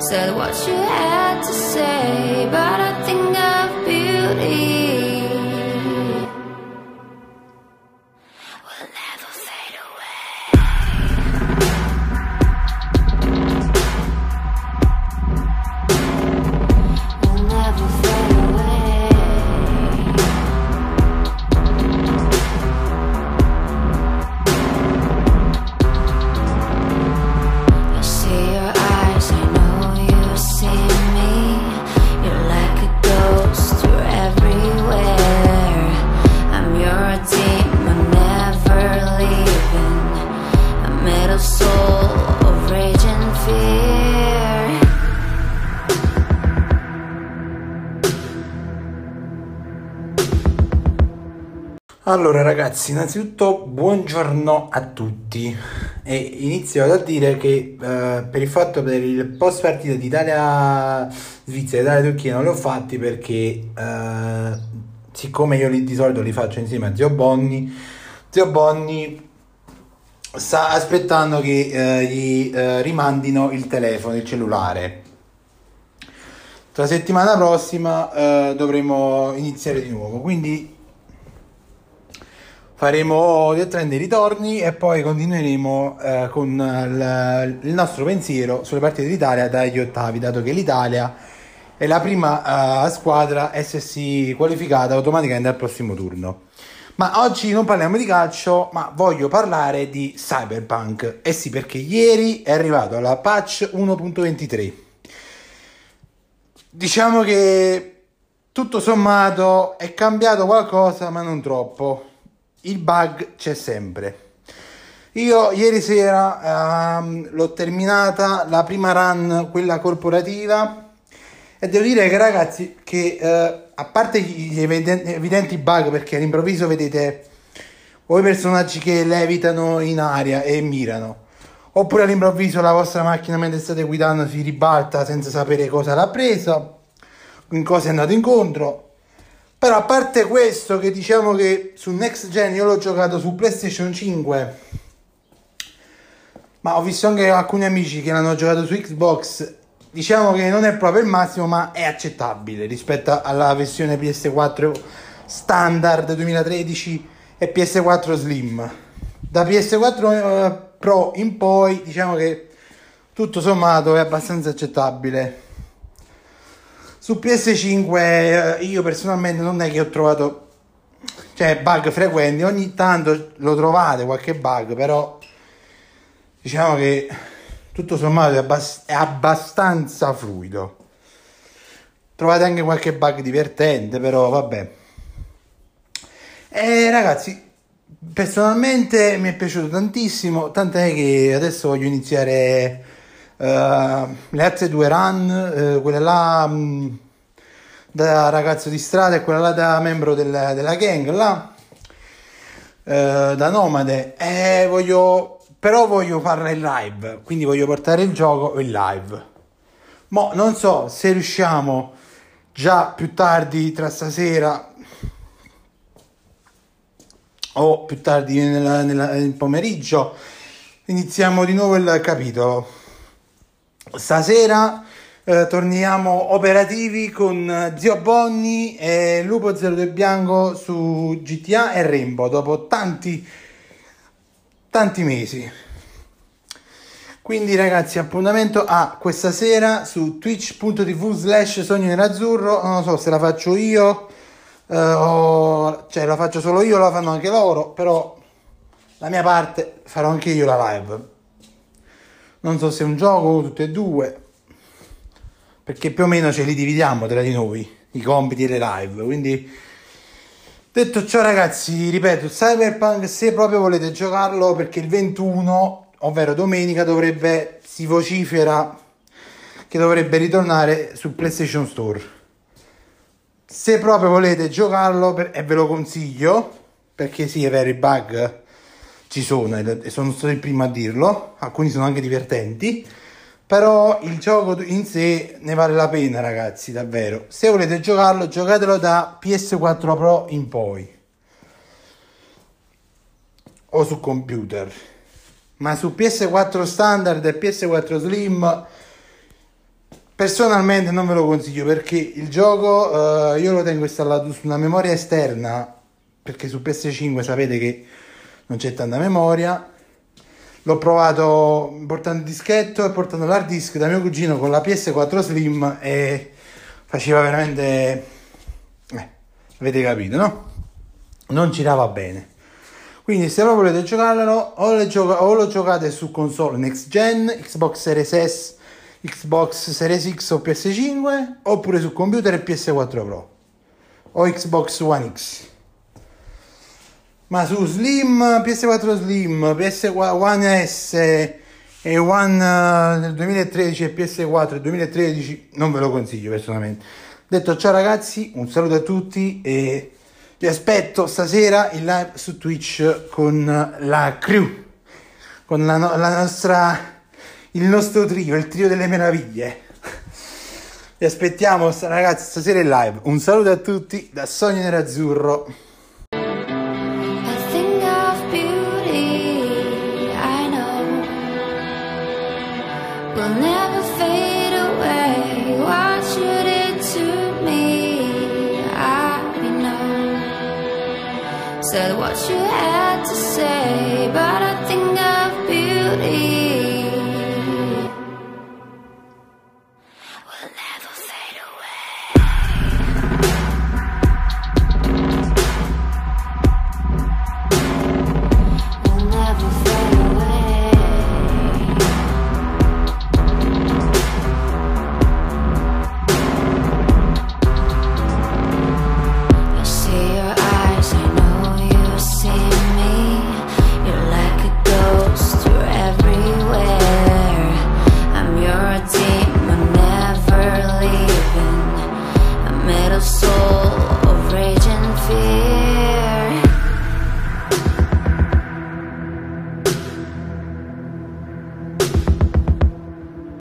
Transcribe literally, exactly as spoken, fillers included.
said what you had to say, but I think of beauty will never fade away. Will never fade away. I see your eyes, I know you see me. You're like a ghost, you're everywhere. I'm your demon, never leaving. I'm made of soul, of rage and fear. Allora ragazzi, innanzitutto buongiorno a tutti e inizio da dire che eh, per il fatto per il post partita di Italia-Svizzera e Italia-Turchia non li ho fatti perché eh, siccome io li, di solito li faccio insieme a Zio Bonni, Zio Bonni sta aspettando che eh, gli eh, rimandino il telefono, il cellulare. La settimana prossima eh, dovremo iniziare di nuovo, quindi faremo direttamente i ritorni e poi continueremo eh, con il, il nostro pensiero sulle partite d'Italia dagli ottavi, dato che l'Italia è la prima uh, squadra a essersi qualificata automaticamente al prossimo turno. Ma oggi non parliamo di calcio, ma voglio parlare di Cyberpunk. Eh sì, perché ieri è arrivato la patch uno punto ventitré. Diciamo che tutto sommato è cambiato qualcosa, ma non troppo. Il bug c'è sempre. Io ieri sera ehm, l'ho terminata la prima run, quella corporativa, e devo dire che ragazzi che eh, a parte gli evidenti, evidenti bug, perché all'improvviso vedete o i personaggi che levitano in aria e mirano, oppure all'improvviso la vostra macchina mentre state guidando si ribalta senza sapere cosa l'ha preso, in cosa è andato incontro. Però a parte questo, che diciamo che su Next Gen io l'ho giocato su PlayStation cinque, ma ho visto anche alcuni amici che l'hanno giocato su Xbox, diciamo che non è proprio il massimo, ma è accettabile rispetto alla versione P S quattro standard duemilatredici e P S quattro Slim. Da P S quattro eh, Pro in poi diciamo che tutto sommato è abbastanza accettabile. Su P S cinque io personalmente non è che ho trovato, cioè, bug frequenti, ogni tanto lo trovate qualche bug, però diciamo che tutto sommato è, abbast- è abbastanza fluido. Trovate anche qualche bug divertente, però vabbè. E ragazzi, personalmente mi è piaciuto tantissimo, tant'è che adesso voglio iniziare Uh, le altre due run, uh, quella là mh, da ragazzo di strada e quella là da membro del, della gang là, uh, da nomade, e voglio però voglio farla in live, quindi voglio portare il gioco in live. Mo non so se riusciamo già più tardi tra stasera o più tardi nella, nella, nel pomeriggio iniziamo di nuovo il capitolo. Stasera eh, torniamo operativi con Zio Bonni e Lupo zero due Bianco su G T A e Rainbow dopo tanti tanti mesi. Quindi ragazzi, appuntamento a questa sera su twitch punto tv slash sogno nerazzurro. Non so se la faccio io eh, o cioè la faccio solo io o la fanno anche loro, però la mia parte farò anche io la live. Non so se è un gioco o tutte e due, perché più o meno ce li dividiamo tra di noi, i compiti e le live. Quindi, detto ciò ragazzi, ripeto, Cyberpunk, se proprio volete giocarlo, perché il ventuno, ovvero domenica, dovrebbe, si vocifera che dovrebbe ritornare sul PlayStation Store. Se proprio volete giocarlo, per, e ve lo consiglio, perché sì, è vero, i bug ci sono e sono stato il primo a dirlo, alcuni sono anche divertenti, però il gioco in sé ne vale la pena ragazzi, davvero. Se volete giocarlo, giocatelo da P S quattro Pro in poi o su computer, ma su P S quattro standard e P S quattro Slim Personalmente non ve lo consiglio perché il gioco eh, io lo tengo installato su una memoria esterna, perché su P S cinque sapete che non c'è tanta memoria. L'ho provato portando il dischetto e portando l'hard disk da mio cugino con la P S quattro Slim e faceva veramente... Eh, avete capito, no? Non girava bene. Quindi se proprio volete giocarlo o, le gioca- o lo giocate su console next gen, Xbox Series S, Xbox Series X o P S cinque, oppure su computer e P S quattro Pro o Xbox One X. Ma su Slim, P S quattro Slim, P S One S e One del duemilatredici e P S quattro del duemilatredici non ve lo consiglio personalmente. Detto ciò ragazzi, un saluto a tutti e vi aspetto stasera in live su Twitch con la crew, con la, no- la nostra, il nostro trio, il trio delle meraviglie. Vi aspettiamo ragazzi stasera in live. Un saluto a tutti da Sogno Nerazzurro. A thing of beauty, I know, will never fade away. What you did to me, I know. Said what you had to say, but a thing of beauty will never